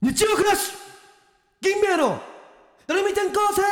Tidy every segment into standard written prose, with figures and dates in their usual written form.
日曜クラッシュ銀兵衛のドレミ転校生。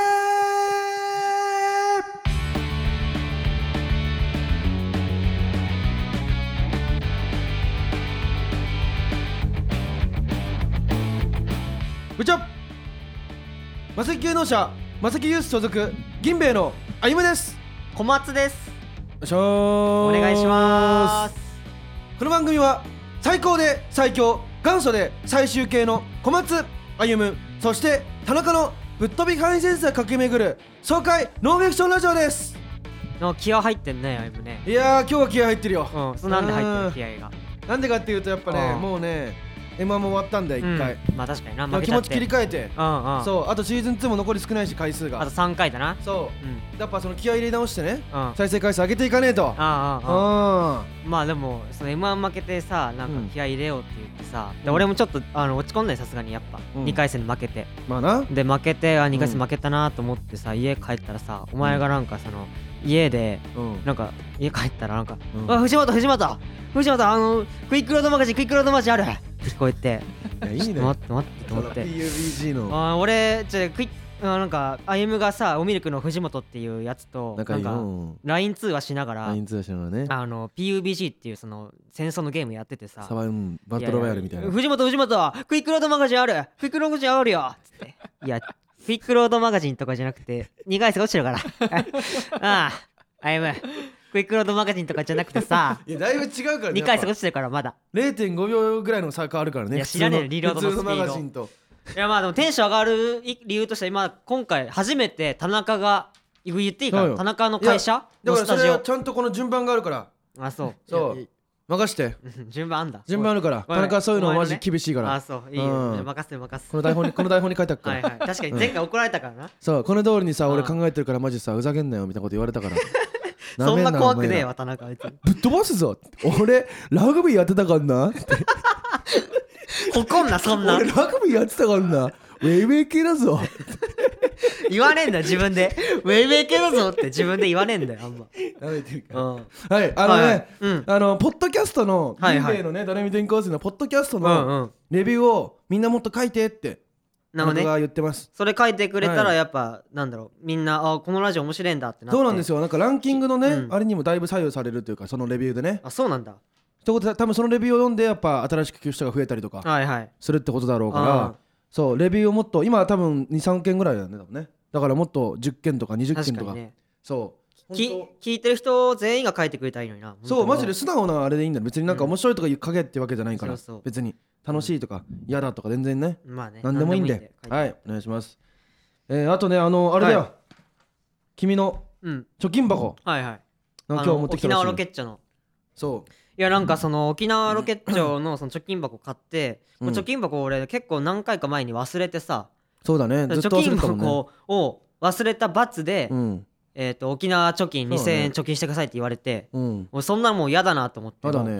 部長、マセキ芸能者マセキユース所属銀兵衛のあゆむです。 小松です。 よいしょお願いします。 この番組は最高で最強、元祖で最終形の小松、あゆむ、そして田中のぶっ飛び範囲センスが駆け巡る爽快ノンフィクションラジオです。 気合入ってんね、あゆむね。 いやー、今日は気合入ってるよ。 そうなんで入ってる気合が。 なんでかっていうとやっぱね、もうねM1 も終わったんだよ1回、 まあ確かにな、負け気持ち切り替えて、そう、あとシーズン2も残り少ないし回数があと3回だな。 そう、やっぱその気合い入れ直してね、再生回数上げていかねえと。 まあでもその M1 負けてさ、なんか気合い入れようって言ってさ、で俺もちょっと落ち込んだよ、さすがに。やっぱ2回戦で負けて、まあなで負けて、2回戦負けたなと思ってさ、家帰ったらさ、お前がなんかその家でなんか家帰ったらなんか藤本クイックロードマガジンある聞こえて、いいね、待ってと思って、 PUBG の俺なんかあゆむがさ、おミルクの藤本っていうやつとなんか LINE 通話しながらね、PUBG っていうその戦争のゲームやっててさ、 バトルロワイヤルみたいな、 藤本クイックロードマガジンあるよっつって、いやクイックロードマガジンとかじゃなくて2回戦落ちてるからあゆむクイックロードマガジンとかじゃなくてさ、 いやだいぶ違うからね、 2回戦落ちてるから、まだ 0.5 秒ぐらいの差があるからね。 いや知らねえ、リロードのスピード。普通のマガジンと。いやまあでもテンション上がる理由としては、今回初めて田中が言っていいかな、田中の会社のスタジオ、だからそれはちゃんとこの順番があるから。そう任して順番あるから、田中はそういうのはマジ厳しいから。 そういいよ、任せてこの台本に書いてあるから確かに前回怒られたからな。 そう、この通りにさ、俺考えてるからマジさ、うざげんなよみたいなこと言われたからそんな怖くねえわ、田中。あいつぶっ飛ばすぞ、俺ラグビーやってたからな怒んな、そんな。 俺ラグビーやってたからな、ウェイウェイ系だぞ言わねえんだよ自分で、ウェイウェイ系だぞって自分で言わねえんだよ、あんま。 舐めてるから。はい、ポッドキャストの銀兵衛のね、ドレミ転校生のポッドキャストのレビューをみんなもっと書いてって田中が言ってます。 それ書いてくれたらやっぱなんだろう、みんなこのラジオ面白いんだってなって。 そうなんですよ、なんかランキングのねあれにもだいぶ左右されるというか、そのレビューでね。 そうなんだ。 ってことで多分そのレビューを読んでやっぱ新しく聞く人が増えたりとかするってことだろうから、そうレビューをもっと、今は多分 2,3 件ぐらいだね、多分ね。だからもっと10件とか20件とか、そう聞いてる人全員が書いてくれたらいいのにな。 そう、マジで素直なあれでいいんだ。別になんか面白いとか書けってわけじゃないから、別に楽しいとか嫌だとか全然ね、何でもいいんで、はい、お願いします。あとね、あれだよ、君の貯金箱、今日持ってきたらしい。沖縄ロケッチョの。そう、いやなんかその沖縄ロケッチョのその貯金箱買って、貯金箱俺結構何回か前に忘れてさ、そうだね、ずっと忘れてたもんね。貯金箱を忘れた罰で沖縄貯金2000円貯金してくださいって言われて、そんなもん嫌だなと思って、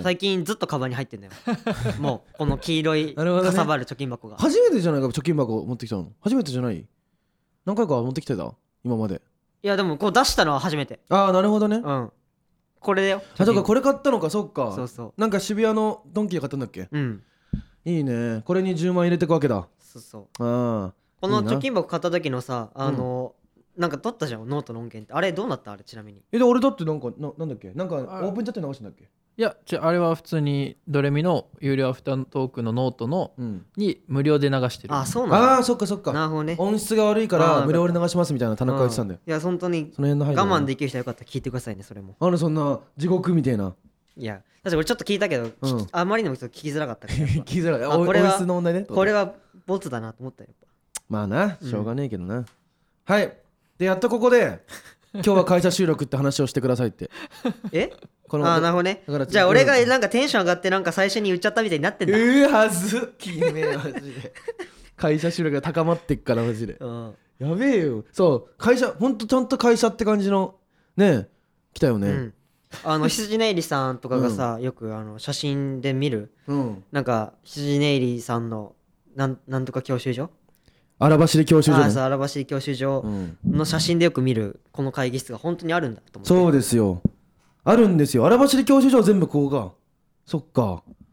最近ずっとカバンに入ってんだよもうこの黄色いかさばる貯金箱が。 初めてじゃないか、貯金箱持ってきたの初めてじゃない？何回か持ってきてた今まで。 いやでもこう出したのは初めて。 なるほどね。 これだよ。 そうか、これ買ったのか。そっか。 そうなんか渋谷のドンキで買ったんだっけ。いいね、これに10万入れてくわけだ。 そうこの貯金箱買った時のさ、なんか取ったじゃん、ノートの音源って。あれどうなった？あれちなみに。 で俺だってなんだっけ、なんかオープンチャットに流したんだっけ。 いやあれは普通にドレミの有料アフタートークのノートのに無料で流してる。 そうなんだ。 そっかそっか。 なるほどね。 音質が悪いから無料で流しますみたいな田中が言ってたんだよ。 いや本当に我慢できる人はよかったら聞いてくださいね、それも。 そんな地獄みたいな。 いや確か俺ちょっと聞いたけど、あまりにも聞きづらかったから聞きづらい。音質の問題ね。 これはボツだなと思ったよ。 まあな、しょうがねえけどな。はい、でやっとここで今日は会社収録って話をしてくださいって。 なるほどね。じゃあ俺がなんかテンション上がってなんか最初に言っちゃったみたいになってんだ。 はずきめマジで会社収録が高まってっからマジで、やべえよ。そう会社、ほんとちゃんと会社って感じのね来たよね。 羊ねいりさんとかがさ、よく写真で見る、なんか羊ねいりさんのなんとか教習所、 荒走り教習所ね。 荒走り教習所の写真でよく見るこの会議室が本当にあるんだと思って。 そうですよ、あるんですよ。荒走り教習所は全部ここが。そっか。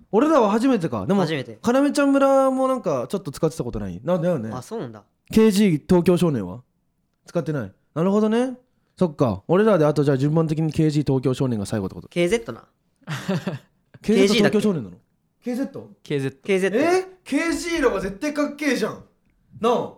俺らは初めてか。でも初めて。 かなめちゃん村もなんかちょっと使ってたことない。なんだよね。 あ、そうなんだ。 KG 東京少年は使ってない。なるほどね。そっか。俺らであとじゃあ順番的に KG 東京少年が最後ってこと。 KZ な。 KG 東京少年なの。 KZ。KZ。 KG のが絶対かっけえじゃんなあ。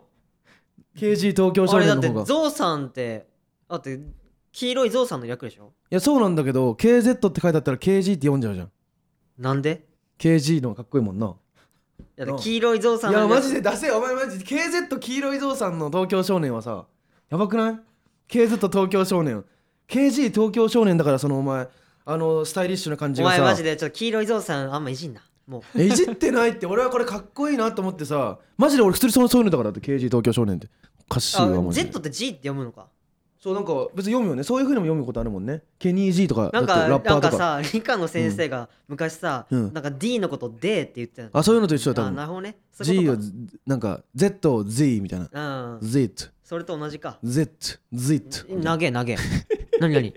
KG 東京少年の方が。 あれだってゾウさんってだって黄色いゾウさんの略でしょ。 いやそうなんだけど KZ って書いてあったら KG って読んじゃうじゃん。 なんで？ KG のがかっこいいもんな。 いや黄色いゾウさんの。いやマジで出せよお前マジで KZ 黄色いゾウさんの東京少年はさやばくない？ KZ 東京少年 KG 東京少年だからそのお前スタイリッシュな感じがさ。 お前マジでちょっと黄色いゾウさんあんまいじんな。もういじってないって。俺はこれかっこいいなと思ってさ。マジで俺普通にそういうのだからって KG 東京少年っておかしいわもん。 Z って G って読むのか。 そうなんか別に読むよね。そういう風にも読むことあるもんね。ケニー G とかなんかラッパーとか。 なんかさ理科の先生が昔さ、なんか D のこと D って言ってた。 あそういうのと一緒だ多分。 なるほどね。 G をなんか Z を Z みたいな。Z それと同じか。 Z 投げ何何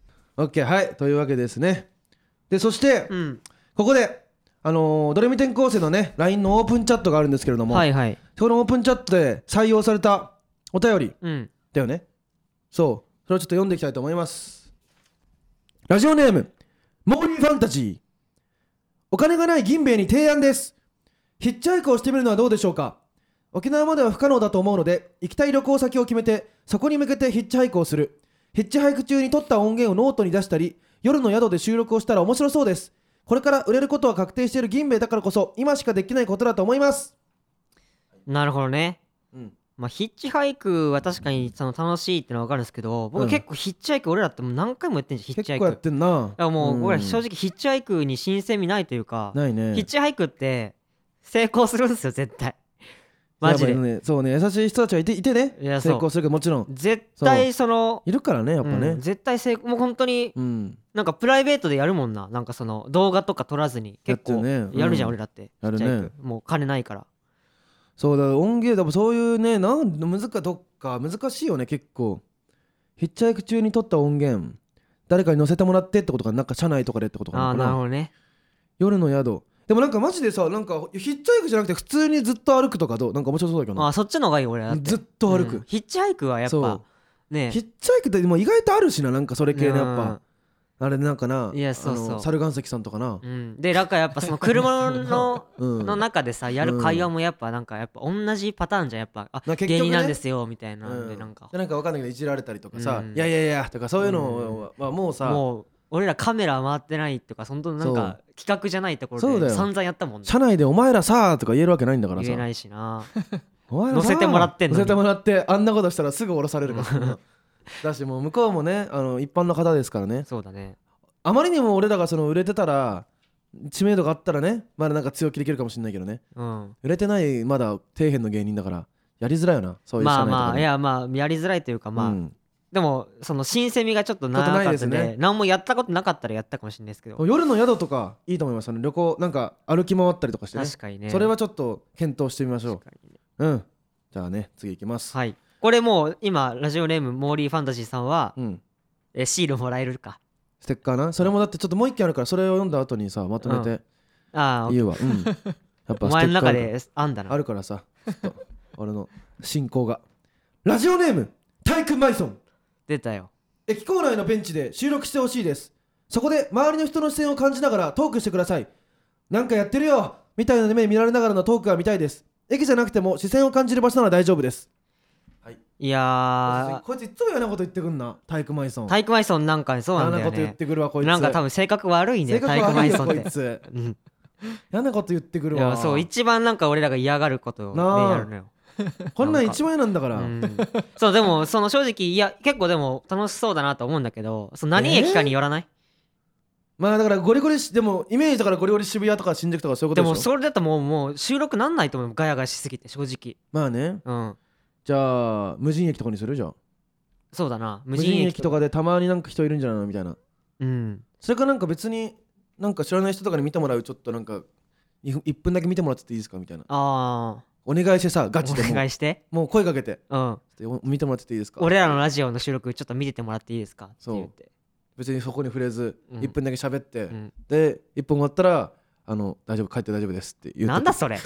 OK はいというわけですね。でそして、ここでドレミ転校生のね LINE のオープンチャットがあるんですけれども、 はいはい、 そのオープンチャットで採用されたお便りだよね、そうそれをちょっと読んでいきたいと思います。ラジオネームモーリーファンタジー。お金がない銀兵衛に提案です。ヒッチハイクをしてみるのはどうでしょうか。沖縄までは不可能だと思うので行きたい旅行先を決めてそこに向けてヒッチハイクをする。ヒッチハイク中に撮った音源をノートに出したり夜の宿で収録をしたら面白そうです。これから売れることは確定している銀兵衛だからこそ今しかできないことだと思います。 なるほどね、まあヒッチハイクは確かにその楽しいってのは分かるんですけど、僕結構ヒッチハイク俺らってもう何回もやってんじゃん。ヒッチハイク結構やってんな。だからもう俺ら正直ヒッチハイクに新鮮味ないというか、 ないね。 ヒッチハイクって成功するんですよ絶対。マジで、 ね、そうね優しい人たちがいてね成功するけどもちろん絶対そのいるからねやっぱね、 絶対成功もう本当に、なんかプライベートでやるもんな。なんかその動画とか撮らずに結構やるじゃん、俺らってやるね。 もう金ないから。 そうだ音源でもそういうねどっか難しいよね結構。ヒッチハイク中に撮った音源誰かに乗せてもらってってことかなんか車内とかでってことかな。 ああなるほどね。 夜の宿でもなんかマジでさなんかヒッチハイクじゃなくて普通にずっと歩くとかどうなんか面白そうだけどな。 あそっちの方がいい俺だって。 ずっと歩く、 ヒッチハイクはやっぱねヒッチハイクっても意外とあるしななんかそれ系のやっぱあれなんかな。 いやそう猿岩石さんとかな、 でなんかやっぱその車のの中でさやる会話もやっぱなんかやっぱ同じパターンじゃんやっぱ芸人なんですよみたいなんでなんか分かんないけどいじられたりとかさいやいやいやとかそういうのはもうさもう俺らカメラ回ってないとかそんななんか企画じゃないところで散々やったもんね。 車内でお前らさとか言えるわけないんだからさ。 言えないしな乗せてもらってんのに乗せてもらってあんなことしたらすぐ降ろされるからだしもう向こうもね一般の方ですからね。 そうだね。 あまりにも俺らがその売れてたら知名度があったらねまだなんか強気できるかもしれないけどね、売れてないまだ底辺の芸人だからやりづらいよなそういう車内とか、 まあいやまあやりづらいというかまあ、でもその新鮮味がちょっとなかったんで何もやったことなかったらやったかもしれないですけど、 夜の宿とかいいと思います。旅行なんか歩き回ったりとかしてね。 確かにね。 それはちょっと検討してみましょう。じゃあね次いきます。 はい。これもう今ラジオネームモーリーファンタジーさんは、シールもらえるかステッカーな。それもだってちょっともう一件あるからそれを読んだ後にさまとめて言うわ。やっぱお前の中であんだな。 あるからさちょっと俺の進行が。ラジオネーム体育マイソン。 出たよ。 駅構内のベンチで収録してほしいです。そこで周りの人の視線を感じながらトークしてください。なんかやってるよみたいな目見られながらのトークが見たいです。駅じゃなくても視線を感じる場所なら大丈夫です。 いやこいついつも嫌なこと言ってくんな体育マイソン。 体育マイソンなんかそうなんだよね。 嫌なこと言ってくるわこいつ。 なんか多分性格悪いね体育マイソンって。こいつ嫌なこと言ってくるわ。 そう一番なんか俺らが嫌がることをやるのよ。 こんなん一番嫌なんだから。 そうでもその正直いや結構でも楽しそうだなと思うんだけどその何駅かによらない？ まあだからゴリゴリでもイメージだからゴリゴリ渋谷とか新宿とかそういうことでしょ。 でもそれだともう収録なんないと思うガヤガヤしすぎて正直。 まあね。じゃあ無人駅とかにするじゃん。 そうだな無人駅とかでたまになんか人いるんじゃないのみたいな。それかなんか別になんか知らない人とかに見てもらうちょっとなんか1分だけ見てもらってていいですかみたいな。お願いしてさガチでお願いしてもう声かけて見てもらってていいですか。 俺らのラジオの収録ちょっと見ててもらっていいですかって言って別にそこに触れず1分だけ喋ってで1分終わったら大丈夫帰って大丈夫ですって言って、 なんだそれ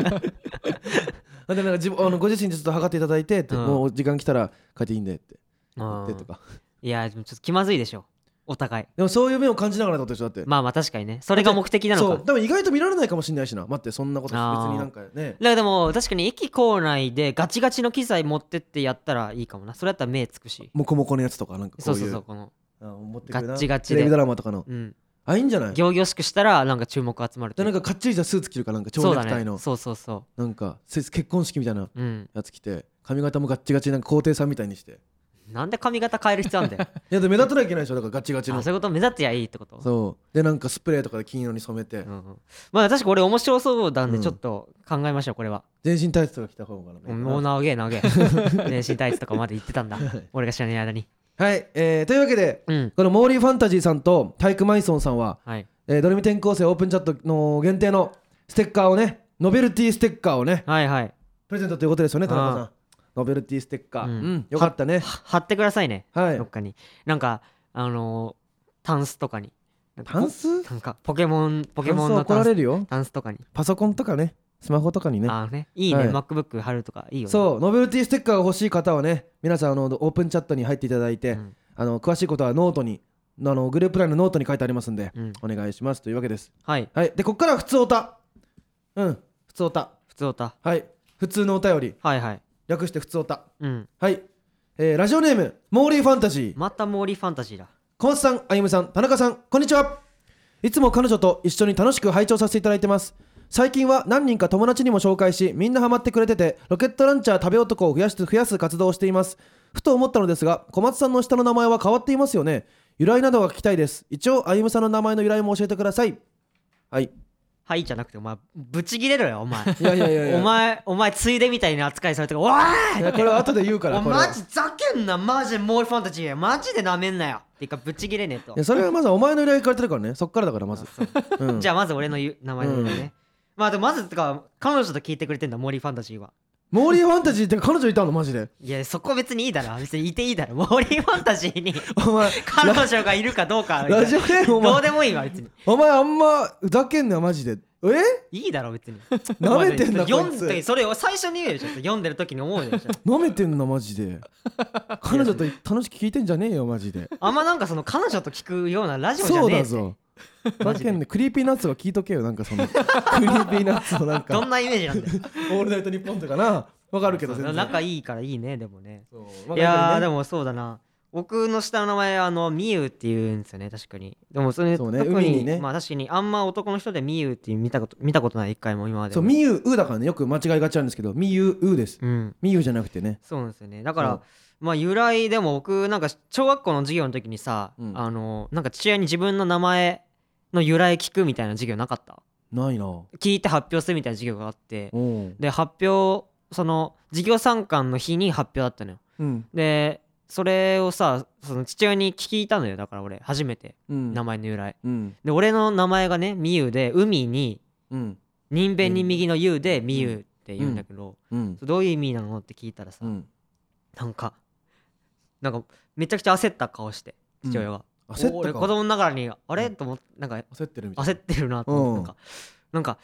でなんかご自身でちょっと測っていただいてって、もう時間来たら帰っていいんでって言ってとか。 いやちょっと気まずいでしょお互い。 でもそういう面を感じながらだったでしょ。だってまあ確かにね、それが目的なのか。 そうでも意外と見られないかもしれないしな。待って、そんなこと別になんかね。 だからでも確かに駅構内でガチガチの機材持ってってやったらいいかもな。それやったら目つくし、 モコモコのやつとかなんかこういう、 そうこの持ってくるなガッチガチでテレビドラマとかの、いいんじゃない。 仰々しくしたらなんか注目集まるでなんかかっちりしたスーツ着るかなんか蝶ネクタイの、 そうなんか結婚式みたいなやつ着て、髪型もガッチガチなんか皇帝さんみたいにして。 なんで髪型変える必要あんだよいやで目立たなきゃいけないでしょ。だからガチガチの。 そういうこと、目立ってやいいってこと。 そうでなんかスプレーとかで金色に染めて、 まあ確か俺面白そうなんでちょっと考えましょうこれは。 全身タイツとか着た方がね。 もう長え全身タイツとかまで言ってたんだ俺が知らない間に。 はい、というわけで、このモーリーファンタジーさんとタイクマイソンさんは、ドレミ転校生オープンチャットの限定のステッカーをね、ノベルティステッカーをね、プレゼントということですよね、田中さん。ノベルティステッカー、よかったね。 貼ってくださいね、どっかに。なんかタンスとかに。 タンス？ なんかポケモンの怒られるよ。 タンスとかに。 パソコンとかね、スマホとかにね。 いいね、MacBook 貼るとかいいよね。 そう、ノベルティステッカーが欲しい方はね、皆さんオープンチャットに入っていただいて、詳しいことはノートにグループラインのノートに書いてありますんで、お願いしますというわけです。はい。でここからは普通オタ。普通オタ。はい。普通のお便り。略して普通オタ。はい。ラジオネームモーリーファンタジー。 またモーリーファンタジーだ。 小松さん、あゆむさん、田中さん、こんにちは。いつも彼女と一緒に楽しく拝聴させていただいてます。最近は何人か友達にも紹介し、みんなハマってくれてて、ロケットランチャー食べ男を増やす活動をしています。ふと思ったのですが、小松さんの下の名前は変わっていますよね。由来などが聞きたいです。一応あゆむさんの名前の由来も教えてください。 はいじゃなくて、お前ブチギレろよお前。 いやお前ついでみたいな扱いされてる。おい、 これは後で言うから。 マジざけんな、マジでモーリーファンタジーマジでなめんなよっていうか、ブチギレねえと。 いやそれはまずお前の由来聞かれてるからね。そっからだからまず。 じゃあまず俺の名前の由来ね。まあでもまずってか、彼女と聞いてくれてんだモーリーファンタジーは。 モーリーファンタジーって彼女いたのマジで。 いやそこ別にいいだろ、別にいていいだろ。モーリーファンタジーにお前彼女がいるかどうかラジオネームどうでもいいわ別に。 お前あんまふざけんなよマジで。 いいだろ別に。 なめてんなこいつ。それを最初に言うでしょ、読んでる時に思うでしょ。 なめてんなマジで。彼女と楽しく聞いてんじゃねえよマジで。 あんまなんかその彼女と聞くようなラジオじゃねえ。 そうだぞ。マジでクリーピーナッツは聞いとけよ。なんかそのクリーピーナッツのなんかどんなイメージなんだよ。 オールナイトニッポンとかな、わかるけど全然仲いいからいいね。でもね、いやでもそうだな、僕の下の名前みゆっていうんですよね確かに。でもそれそうね、海にね、 まあ確かにあんま男の人でみゆって見たことない一回も今まで。 そうみゆうだからね、よく間違いがちなんですけど、みゆうです。みゆじゃなくてね。 そうなんですよね。だからまあ由来でも僕なんか小学校の授業の時にさ、なんか父親に自分の名前の由来聞くみたいな授業なかった？ ないな。 聞いて発表するみたいな授業があって、で発表、その授業参観の日に発表だったのよ。でそれをさ、その父親に聞いたのよ。だから俺初めて、名前の由来、で俺の名前がねみゆで、海に、人弁に右のゆでみゆって言うんだけど、どういう意味なのって聞いたらさ、なんかめちゃくちゃ焦った顔して父親が、俺子供ながらにあれと思って、なんか焦ってるなと思って、なんか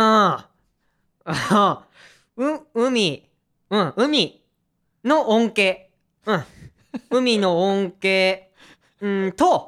海の恩恵、海の恩恵と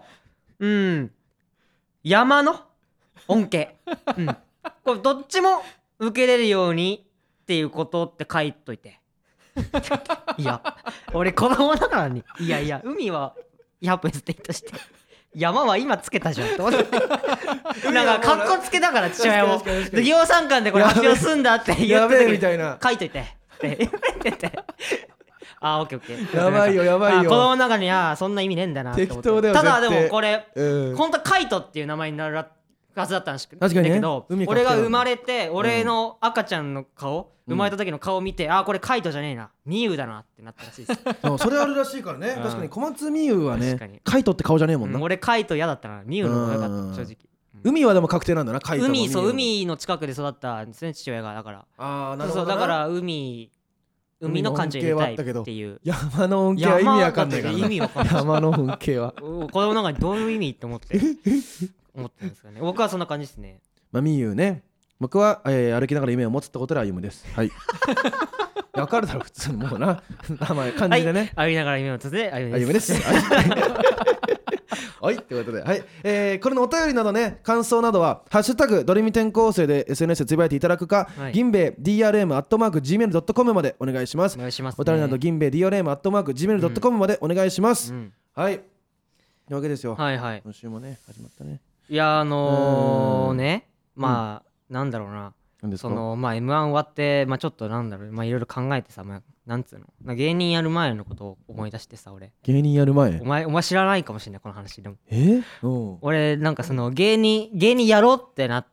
山の恩恵、これどっちも受けれるようにっていうことって書いといて。いや俺子供だからに、いや海は100分捨てとして山は今つけたじゃんと思ってなんかカッコつけながら父親も授業参観でこれ発表すんだって言ってみたいな、 書いといてって言っててオッケーやばいよ子供の中にそんな意味ねえんだなって思って。ただでもこれ本当はカイトっていう名前になるはずだったんだけど、俺が生まれて俺の赤ちゃんの顔、生まれた時の顔を見て、これカイトじゃねえな、みゆだなってなったらしいです。 それあるらしいからね。確かに小松みゆはね、カイトって顔じゃねえもんな。 俺カイト嫌だったな、みゆの方が良かった正直。 海はでも確定なんだな、カイトの。 海の近くで育ったんですね父親が。だからなるほど、 だから海の漢字入れたいっていう。 山の恩恵は意味わかんないからな。山の恩恵は子供の中にどういう意味って思ってるんですかね。僕はそんな感じですね。 みゆね。僕は、歩きながら夢を持つってことで歩むです。はい。わかるだろ普通にもうな名前漢字でね、 はい、歩きながら夢を持つで歩むです。はい、ということで、はい、これのお便りなどね、感想などはハッシュタグドレミ転校生で SNS でつぶやいていただくか、はい、銀兵衛 DRM@gmail.com までお願いします。 お願いします、ね、 お便りなど銀兵衛 DRM@gmail.com までお願いします。はい。というわけですよ。 はいはい。 今週もね始まったね。 いやね、まあ、なんだろうな。そのまあ M1 終わって、まあ、ちょっとなんだろう、まあいろいろ考えてさ、まあ、なんつうの芸人やる前のことを思い出してさ、俺芸人やる前お前知らないかもしれないこの話でも。 俺なんかその芸人やろうってなって、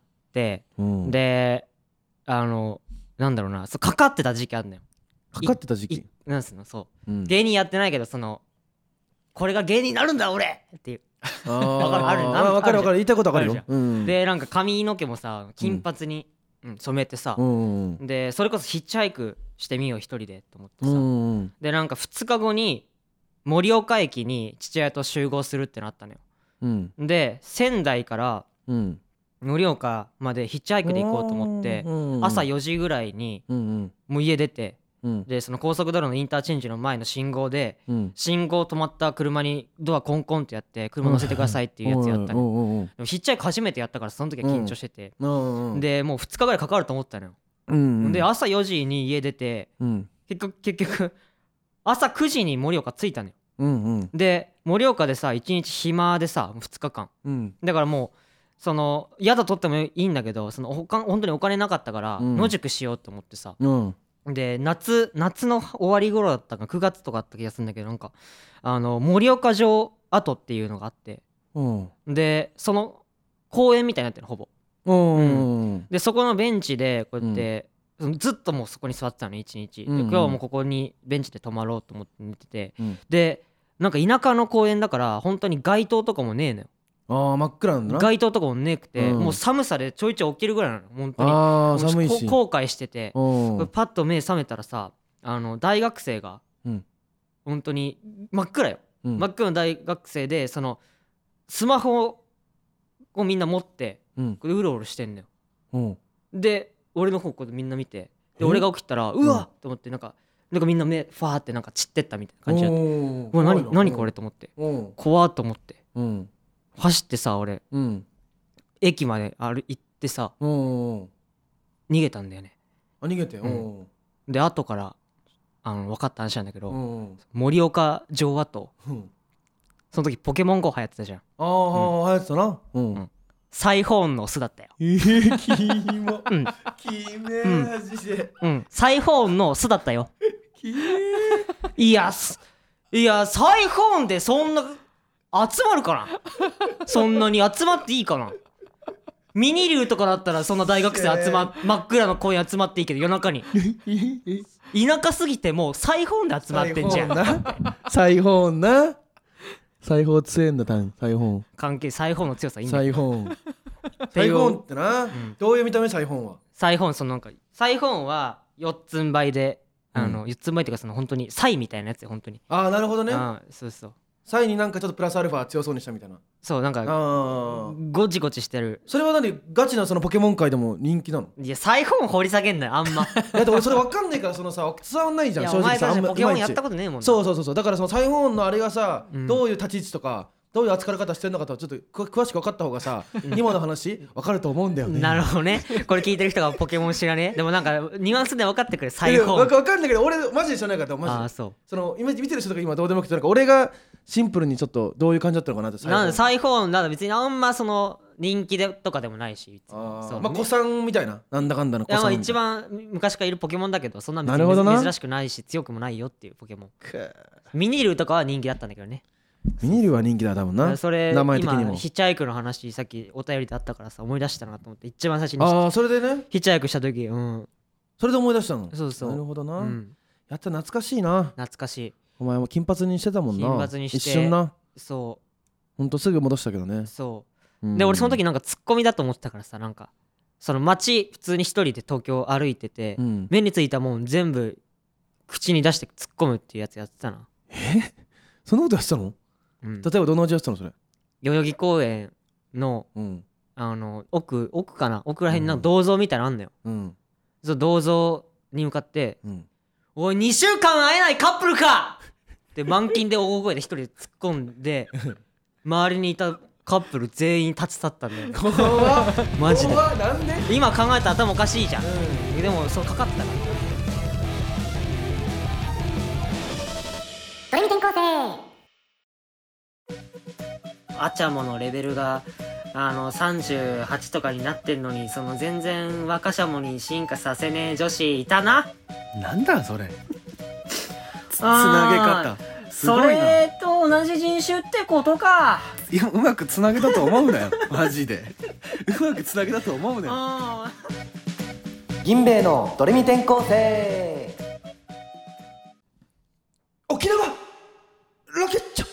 でなんだろうな、かかってた時期あるんだよ。 かかってた時期なんすのそう、芸人やってないけどこれが芸人になるんだ俺っていうわかる言いたいことわかるよ。 でなんか髪の毛もさ金髪に染めてさ、でそれこそヒッチハイクしてみよう一人でと思ってさ、でなんか2日後に盛岡駅に父親と集合するってなったのよ。で仙台から盛岡までヒッチハイクで行こうと思って、朝4時ぐらいにもう家出て、でその高速道路のインターチェンジの前の信号で、信号止まった車にドアコンコンってやって車乗せてくださいっていうやつやったの。でもヒッチハイク初めてやったからその時は緊張してて、でもう2日ぐらいかかると思ったのよ。で朝4時に家出て、結局朝9時に盛岡着いたのよ。で盛岡でさ1日暇でさ2日間、だからもうその宿取ってもいいんだけど、本当にお金なかったから野宿しようと思ってさ、で夏の終わり頃だったか9月とかあった気がするんだけど、なんか盛岡城跡っていうのがあって、でその公園みたいになってるほぼ、でそこのベンチでこうやって、ずっともうそこに座ってたの1日で、今日もここにベンチで泊まろうと思って寝てて、でなんか田舎の公園だから本当に街灯とかもねえのよ。 真っ暗なんだな。 街灯とかもねくて、もう寒さでちょいちょい起きるぐらいなの本当に。寒いし後悔してて、これパッと目覚めたらさ大学生が、本当に真っ暗よ、真っ暗の大学生でそのスマホをみんな持って、これうろうろしてんだよ。で俺の方こうみんな見て、で俺が起きたらうわっと思って、なんかみんな目ファーってなんか散ってったみたいな感じだった。うわ何これと思って、怖っと思って、走ってさ俺、駅まで行ってさ、逃げたんだよね。 逃げて、 で後から分かった話なんだけど、盛岡城跡、その時ポケモン GO 流行ってたじゃん。 流行ってたな。 サイホーンの巣だったよ。 キモキメマジで。 サイホーンの巣だったよ。いやサイホーンでそんな集まるかな。そんなに集まっていいかな。ミニ竜とかだったらそんな大学生真っ暗の公園集まっていいけど、夜中に田舎すぎてもうサイホーンで集まってんじゃん。 サイホーンな。サイホーン強えんだ。サイホーン関係、サイホーンの強さいいんだよ。 サイホーンサイホーンってな、どういう見た目？サイホーンはサイホーンなんかサイホーンは四つん這いで、四つん這いっていうか本当にサイみたいなやつよ本当に。 なるほどね。 そうサイになんかちょっとプラスアルファ強そうにしたみたいな。 そうなんかゴチゴチしてる。 それは何ガチなそのポケモン界でも人気なの？ いやサイホーン掘り下げんなよあんま。 だって俺それ分かんないからそのさ伝わんないじゃん。正直さお前ポケモンやったことねえもんな。 そうだからそのサイホーンのあれがさ、どういう立ち位置とかどういう扱い方してるのかとちょっと詳しく分かった方がさ今の話分かると思うんだよね。 なるほどね。これ聞いてる人がポケモン知らねえ。でもなんかニュアンスで分かってくれ。サイホーン分かんないけど俺マジで知らないからマジで。その今見てる人とか今どうでもよくて、なんか俺がシンプルにちょっとどういう感じだったのかなって。 なんでサイホーンなんだ別にあんまその人気でとかでもないし、 子さんみたいななんだかんだの子さん。 一番昔からいるポケモンだけどそんな別に珍しくないし強くもないよっていうポケモン。ミニルとかは人気だったんだけどね。 ミニルは人気だ多分な。 それ名前的にも今ヒッチハイクの話さっきお便りであったからさ思い出したなと思って一番最初に。 それでねヒッチハイクした時それで思い出したの。 そうなるほどな。やった懐かしいな。 懐かしい。 お前も金髪にしてたもんな。 金髪にして一瞬な。 そうほんとすぐ戻したけどね。 そうで俺その時なんかツッコミだと思ってたからさ、なんかその街普通に一人で東京歩いてて、目についたもん全部口に出して突っ込むっていうやつやってたな。 そんなことやってたの？例えばどんな味やってたのそれ？ 代々木公園の奥かな、奥らへんなんか銅像みたいなのあんのよ、その銅像に向かって、おい2週間会えないカップルかって満勤で大声で一人で突っ込んで周りにいたカップル全員立ち去ったんだよ。マジでなんで今考えたら頭おかしいじゃん、でもそうかかったから。 ドレミ転校生。 アチャモのレベルが38とかになってんのに、その全然若しゃもに進化させねえ女子いたな。 なんだそれつなげ方すごいな。 それと同じ人種ってことか。 いや、うまくつなげたと思うなよマジでうまくつなげたと思うなよ。銀兵衛のドレミ転校生。沖縄ロケッチョ。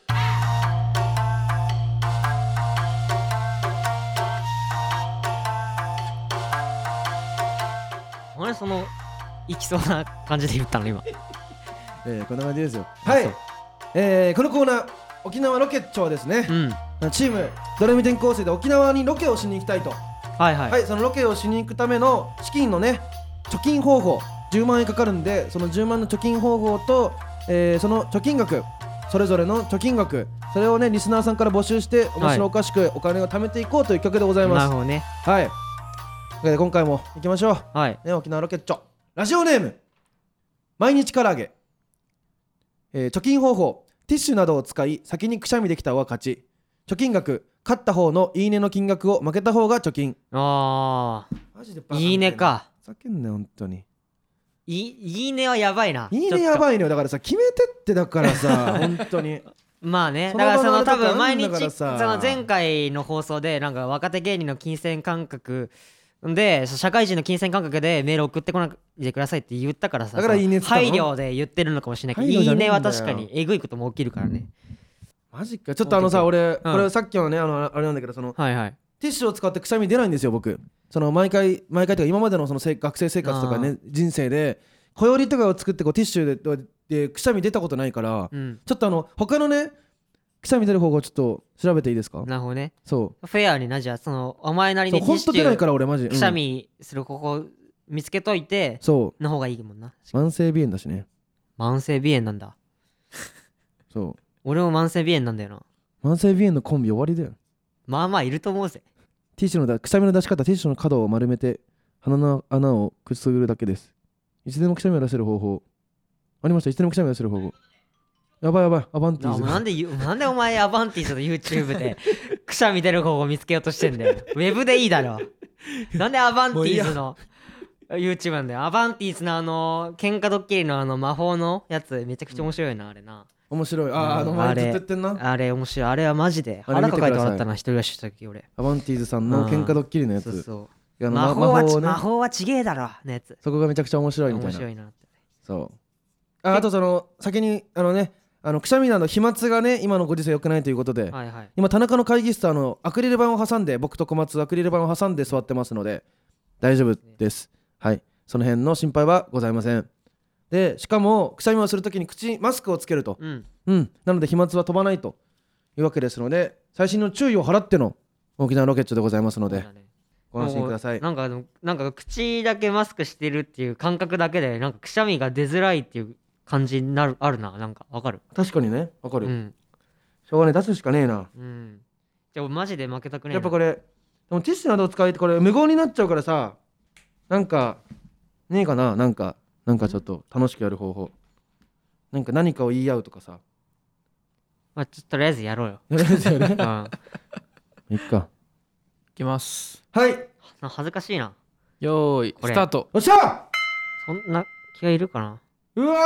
俺その行きそうな感じで言ったの今こんな感じですよ。はい、このコーナー沖縄ロケッチョはですね、チームドレミ転校生で沖縄にロケをしに行きたいと。そのロケをしに行くための資金のね、貯金方法10万円かかるんで、その10万の貯金方法と、その貯金額、それぞれの貯金額、それをねリスナーさんから募集して面白おかしくお金を貯めていこうという企画でございます。 なるほどね。 はい、で今回も行きましょう。沖縄ロケッチョ。ラジオネーム毎日唐揚げ。貯金方法、ティッシュなどを使い先にくしゃみできた方が勝ち。貯金額、勝った方のいいねの金額を負けた方が貯金。 マジでバカみたいな。いいねか。 ふざけんなよ本当に。 いいねはやばいな。 いいねやばいのよ。だからさ、決めてってだからさ本当にまあね、だからその多分毎日その前回の放送でなんか若手芸人の金銭感覚で社会人の金銭感覚でメール送ってこないでくださいって言ったからさ、 だからいいね配慮で言ってるのかもしれないけど、いいねは確かにえぐいことも起きるからね。 マジか。ちょっと俺これさっきのねあれなんだけど、そのティッシュを使ってくしゃみ出ないんですよ僕。その毎回というか今までのその学生生活とかね人生で小よりとかを作ってこうティッシュでくしゃみ出たことないから、ちょっと他のねくしゃみ出る方法をちょっと調べていいですか。 なるほどね。 そうフェアにな、じゃあそのお前なりにティッシュ出ないから俺マジくしゃみする方法見つけといての方がいいもんな。 慢性鼻炎だしね。 慢性鼻炎なんだ。 そう俺も慢性鼻炎なんだよな。 慢性鼻炎のコンビ終わりだよ。 まあまあいると思うぜ。 ティッシュのくしゃみの出し方、ティッシュの角を丸めて鼻の穴をくすぐるだけです。いつでもくしゃみを出せる方法ありました。いつでもくしゃみを出せる方法。やばいアバンティーズ。 なんでお前アバンティーズの YouTube でくしゃみ出る方法を見つけようとしてんだよ。ウェブでいいだろ。なんでアバンティーズの YouTube なんだよ。アバンティーズの喧嘩ドッキリの魔法のやつめちゃくちゃ面白いな、あれな。 面白い。前ずっと言ってんな。 あれ面白い。あれはマジで腹抱えて笑ったな。一人暮らしした時俺。 アバンティーズさんの喧嘩ドッキリのやつ。 そう魔法はちげえだろのやつ。 そこがめちゃくちゃ面白いみたいな。 面白いなって。 そう。あとその先にくしゃみなど飛沫がね今のご時世良くないということで、今田中の会議室アクリル板を挟んで、僕と小松アクリル板を挟んで座ってますので大丈夫です。はい、その辺の心配はございません。でしかもくしゃみをするときにマスクをつけると、なので飛沫は飛ばないというわけですので、細心の注意を払っての沖縄ロケッチョでございますので、ご安心ください。 なんか口だけマスクしてるっていう感覚だけでなんかくしゃみが出づらいっていう感じにあるな。なんかわかる。 確かにね、わかる。しょうがねえ、出すしかねえな。 じゃあマジで負けたくねえな。 やっぱこれでもティッシュなどを使いこれ無言になっちゃうからさ、なんかねえかな。なんかちょっと楽しくやる方法、何かを言い合うとかさ。 まあちょっととりあえずやろうよ。 とりあえずやる。いっか。 いきます。 はい。 恥ずかしいな。 よーいスタート。 よっしゃ。 そんな気がいるかな。 うわ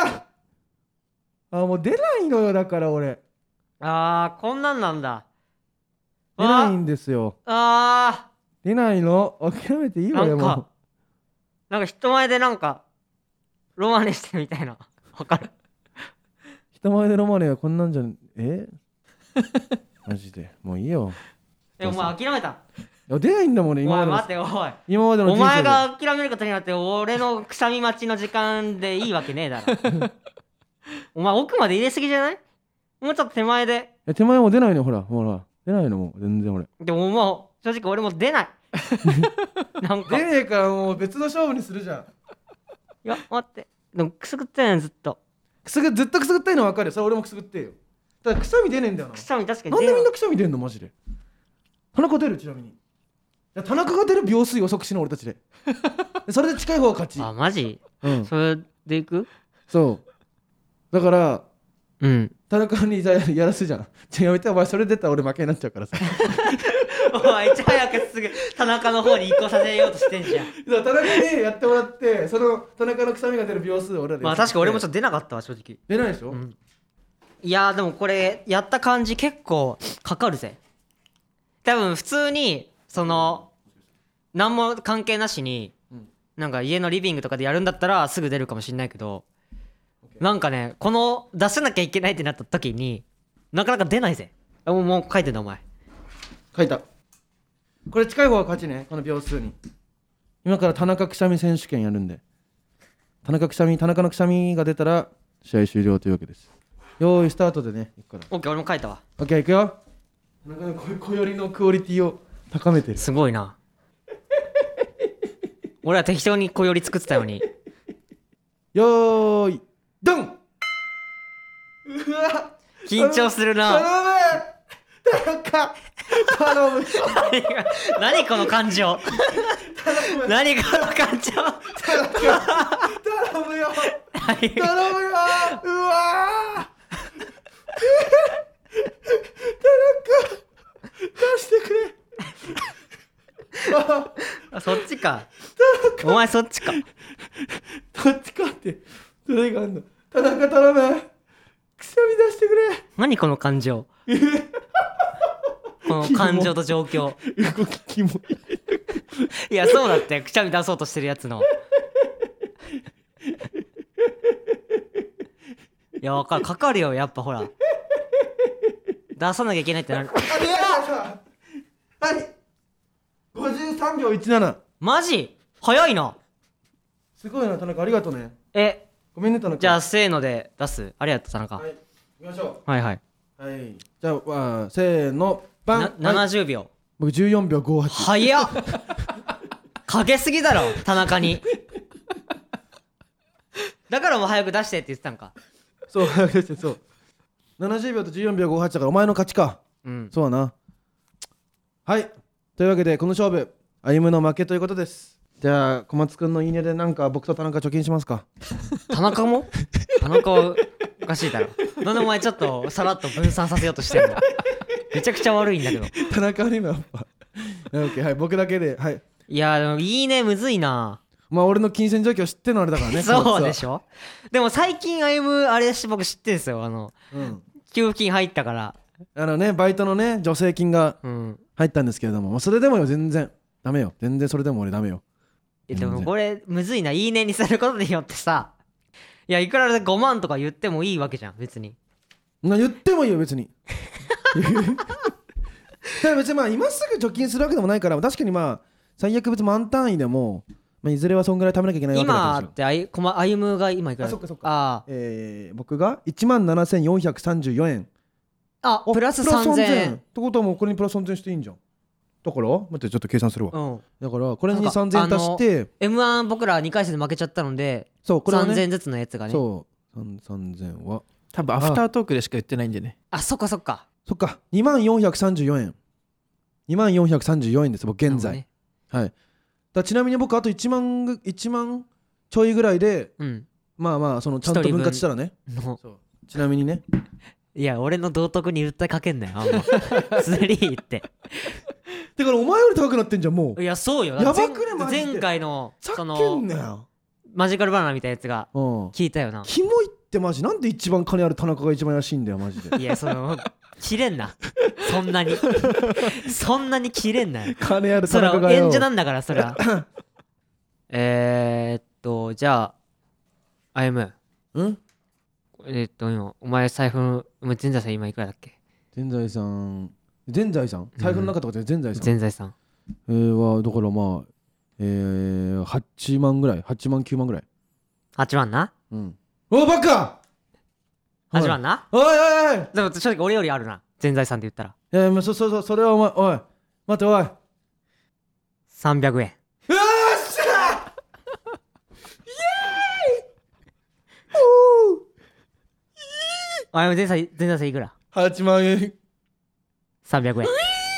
もう出ないのよ。だから俺こんなんなんだ。 出ないんですよ。出ないの。諦めていいわよ。もうなんか人前でなんかロマネしてるみたいな。わかる。 人前でロマネはこんなんじゃマジでもういいよ。 お前諦めた。 出ないんだもんね。今まで待って、おい今までのお前が諦めることによって俺のくしゃみ待ちの時間でいいわけねえだろ。お前奥まで入れすぎじゃない？もうちょっと手前で。 手前も出ないの。ほら出ないのもう全然俺。 でももう正直俺も出ないなんか出ねえからもう別の勝負にするじゃん。 いや待って、でもくすぐってんねんずっと。 ずっとくすぐったいのは分かるよ。それ俺もくすぐってよ。ただくしゃみ出ねえんだよな。 くしゃみ確かになんでみんなくしゃみ出んのマジで。田中出る？ちなみに。いや田中が出る秒数予測しの俺たちで。それで近い方が勝ち。 あマジ？ うんそれでいく？ そうだからうん田中にやらすじゃん。やめてお前、それ出たら俺負けになっちゃうからさ。 お前いち早くすぐ田中の方に移行させようとしてんじゃん。 田中にやってもらって、その田中のくしゃみが出る秒数を俺らで。 まあ確か俺もちょっと出なかったわ正直。 出ないでしょ、 うん、いやでもこれやった感じ結構かかるぜ。多分普通にその何も関係なしに、なんか家のリビングとかでやるんだったらすぐ出るかもしんないけど、なんかねこの出さなきゃいけないってなった時になかなか出ないぜ。もう書いてんだお前。 書いた。これ近い方が勝ちね、この秒数に。今から田中くしゃみ選手権やるんで、田中のくしゃみが出たら試合終了というわけです。よーいスタートでね、いくから。 オッケー俺も書いたわ。 オッケーいくよ。田中の小寄りのクオリティを高めてる。 すごいな俺は適当に小寄り作ってたのに。 よーいドン。うわ緊張するな。 頼む田中頼むよ。 何この感情何この感情頼むよ頼むよ。うわ田中出してくれ。 あそっちか。お前そっちか。 どっちかってどれがあんの。田中頼む。くしゃみ出してくれ。 何この感情この感情と状況。 動きキモい。 いやそうだってくしゃみ出そうとしてるやつの。いやわかる、かかるよやっぱほら出さなきゃいけないってなる。 はい53秒17。 マジ早いな。 すごいな田中、ありがとうね。ごめんね田中。 じゃあせーので出す。ありがとう田中。 はい行きましょう。はいはい。 はいじゃあ、せーのバン。 70秒。 僕14秒58。 早っかけすぎだろ田中に。だからもう早く出してって言ってたんか。 そう早く出してそう。70秒と14秒58だからお前の勝ちか。そうだな。はいというわけでこの勝負歩夢の負けということです。じゃあ小松くんのいいねでなんか僕と田中貯金しますか。 田中も田中はおかしいだろ。なんでお前ちょっとさらっと分散させようとしてるの。めちゃくちゃ悪いんだけど。 田中は今やっぱはい僕だけで。はいいやでもいいねむずいな。 まあ俺の金銭状況知ってんのあれだからね。 そうでしょ。でも最近歩むあれ僕知ってんすよ。給付金入ったからバイトのね助成金が入ったんですけれども、それでもよ全然ダメよ。全然それでも俺ダメよ。 でもこれむずいな。いいねにすることによってさ、いやいくらで5万とか言ってもいいわけじゃん別に。 言ってもいいよ別に。別にまあ今すぐ貯金するわけでもないから、確かにまあ最悪別に満単位でも、いずれはそんぐらい貯めなきゃいけないわけだから。 今って歩むが今いくら。 そっかそっか。僕が17,434円。 プラス3000円。 ってことはもうこれにプラス3000円していいんじゃん。だから待ってちょっと計算するわ。だからこれに3000円足して M1 僕ら2回戦で負けちゃったので、 そうこれはね、 3000円ずつのやつがね。 そう3000は多分アフタートークでしか言ってないんでね。 そっかそっか。 2434円。2434円です僕現在。はい。ちなみに僕あと1万ちょいぐらいで、まあそのちゃんと分割したらね。ちなみにね。 いや俺の道徳に訴えかけんなよ。スリーって。 だからお前より高くなってんじゃんもう。 いやそうよ。 やばくねマジで。 前回のそのマジカルバナナみたいなやつが聞いたよな。 キモいってマジ。なんで一番金ある田中が一番怪しいんだよマジで。 いや切れんな。そんなに切れんなよ。 金ある田中がよ。 それ演者なんだからそれは。じゃあ歩む。今お前財布全財産今いくらだっけ。 全財産財布の中とかで全財産。 全財産はだからまあ8万ぐらい。8万9万ぐらい。 8万な。 おバカ。 8万な。 おいでも正直俺よりあるな全財産で言ったら。 いやそれはお前おい待っておい 300円。 うわーっしゃイエーイあ、前座さんいくら？ 8万円。 300円。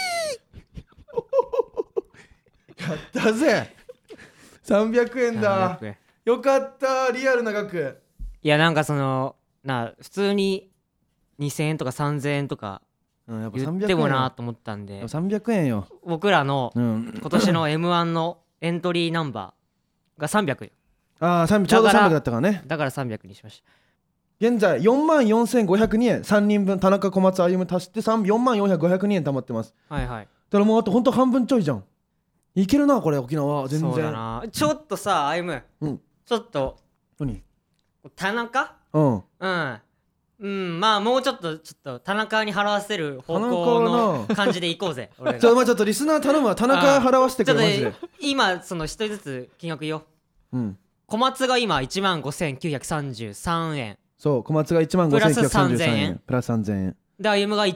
やったぜ。300円だ。300円。よかった、リアルな額。 いや、なんか普通に2000円とか3000円とか言ってもなと思ったんで、 300円よ。 僕らの今年の M1 のエントリーナンバーが300よ。 ああ、ちょうど300だったからね。 だから300にしました。 現在44,502円、3人分、田中小松歩足して44,402円貯まってます。 はいはい。 だからもうあとほんと半分ちょいじゃん。いけるなこれ、沖縄全然。 そうだな。ちょっとさ、歩む、ちょっと何田中まあもうちょっと田中に払わせる方向の感じでいこうぜ。俺がちょっとリスナー頼むわ。田中払わせてくれ。マジで今一人ずつ金額よ。小松が今15,933円。 そう、小松が15,933円プラス3000円で、歩が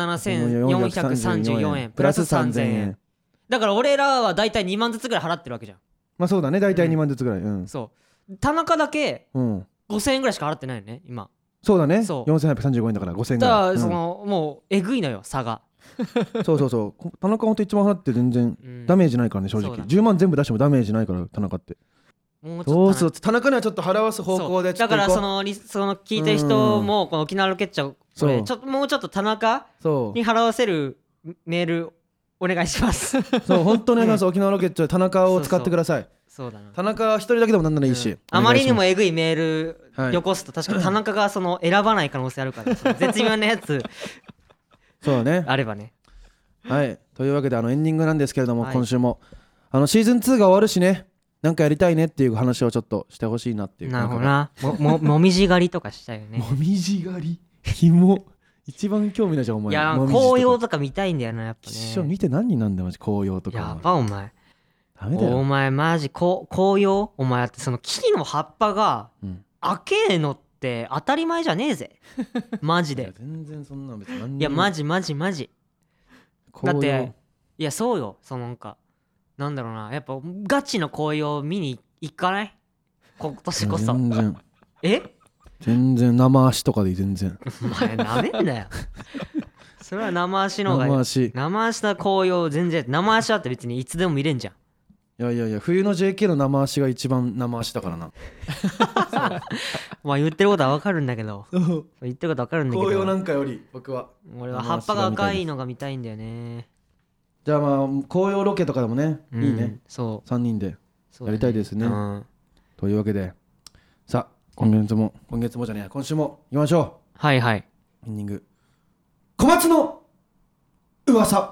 17,434円プラス3000円。だから俺らはだいたい2万ずつぐらい払ってるわけじゃん。 まあそうだね、だいたい2万ずつぐらい。 そう田中だけ5,000円ぐらいしか払ってないよね今。 そうだね、4,835円だから5,000円ぐらい。 だからもうえぐいのよ差が。 そう田中ほんと1万払って全然ダメージないからね、正直。10万全部出してもダメージないから田中って。そうそう、田中にはちょっと払わす方向で。 だから聞いてる人もこの沖縄ロケッチャこれもうちょっと田中に払わせるメールお願いします。 そう、本当にお願いします。沖縄ロケッチャ田中を使ってください。 そうだな。 田中一人だけでもなんならいいし、 あまりにもえぐいメールよこすと確かに田中が選ばない可能性あるから、絶妙なやつそうね、 あればね。 はい、というわけでエンディングなんですけれども、今週もシーズン2が終わるしね、なんかやりたいねっていう話をちょっとしてほしいなっていう。 なるほどな。もみじ狩りとかしたいよね。 もみじ狩りひも一番興味ないじゃんお前。 いや、紅葉とか見たいんだよな、やっぱね。 一緒見て何人なんだよマジ、紅葉とか。 やばお前。 ダメだよお前マジ紅葉お前だって木の葉っぱが赤えのって当たり前じゃねえぜ。マジで。いや全然そんな別に何にも。 いやマジだっていやそうよ、なんだろうな、やっぱガチの紅葉見に行かない？今年こそ。 全然え？ 全然生足とかでいい。全然お前なめんなよ。それは生足の方がいい。生足の紅葉全然。生足だって別にいつでも見れんじゃん。 いや冬の JK の生足が一番生足だからな。 まあ言ってることは分かるんだけど。言ってることは分かるんだけど。 紅葉なんかより僕は俺は葉っぱが赤いのが見たいんだよね。 じゃあまあ紅葉ロケとかでもね、いいね。 そう 3人でやりたいですね。というわけでさあ今月もじゃねえ、今週も行きましょう。 はいはい。 エンディング。小松の噂。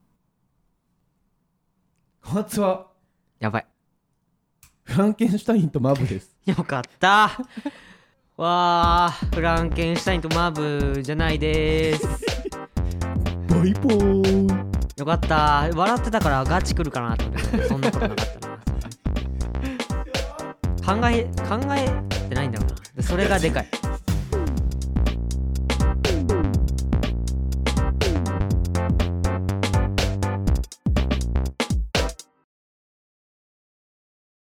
小松はやばい、 フランケンシュタインとマブです。 よかったわー、フランケンシュタインとマブじゃないです。 バイポー。 よかった、笑ってたからガチ来るかなと思って、そんなことなかったな。考えてないんだろうな、それがでかい。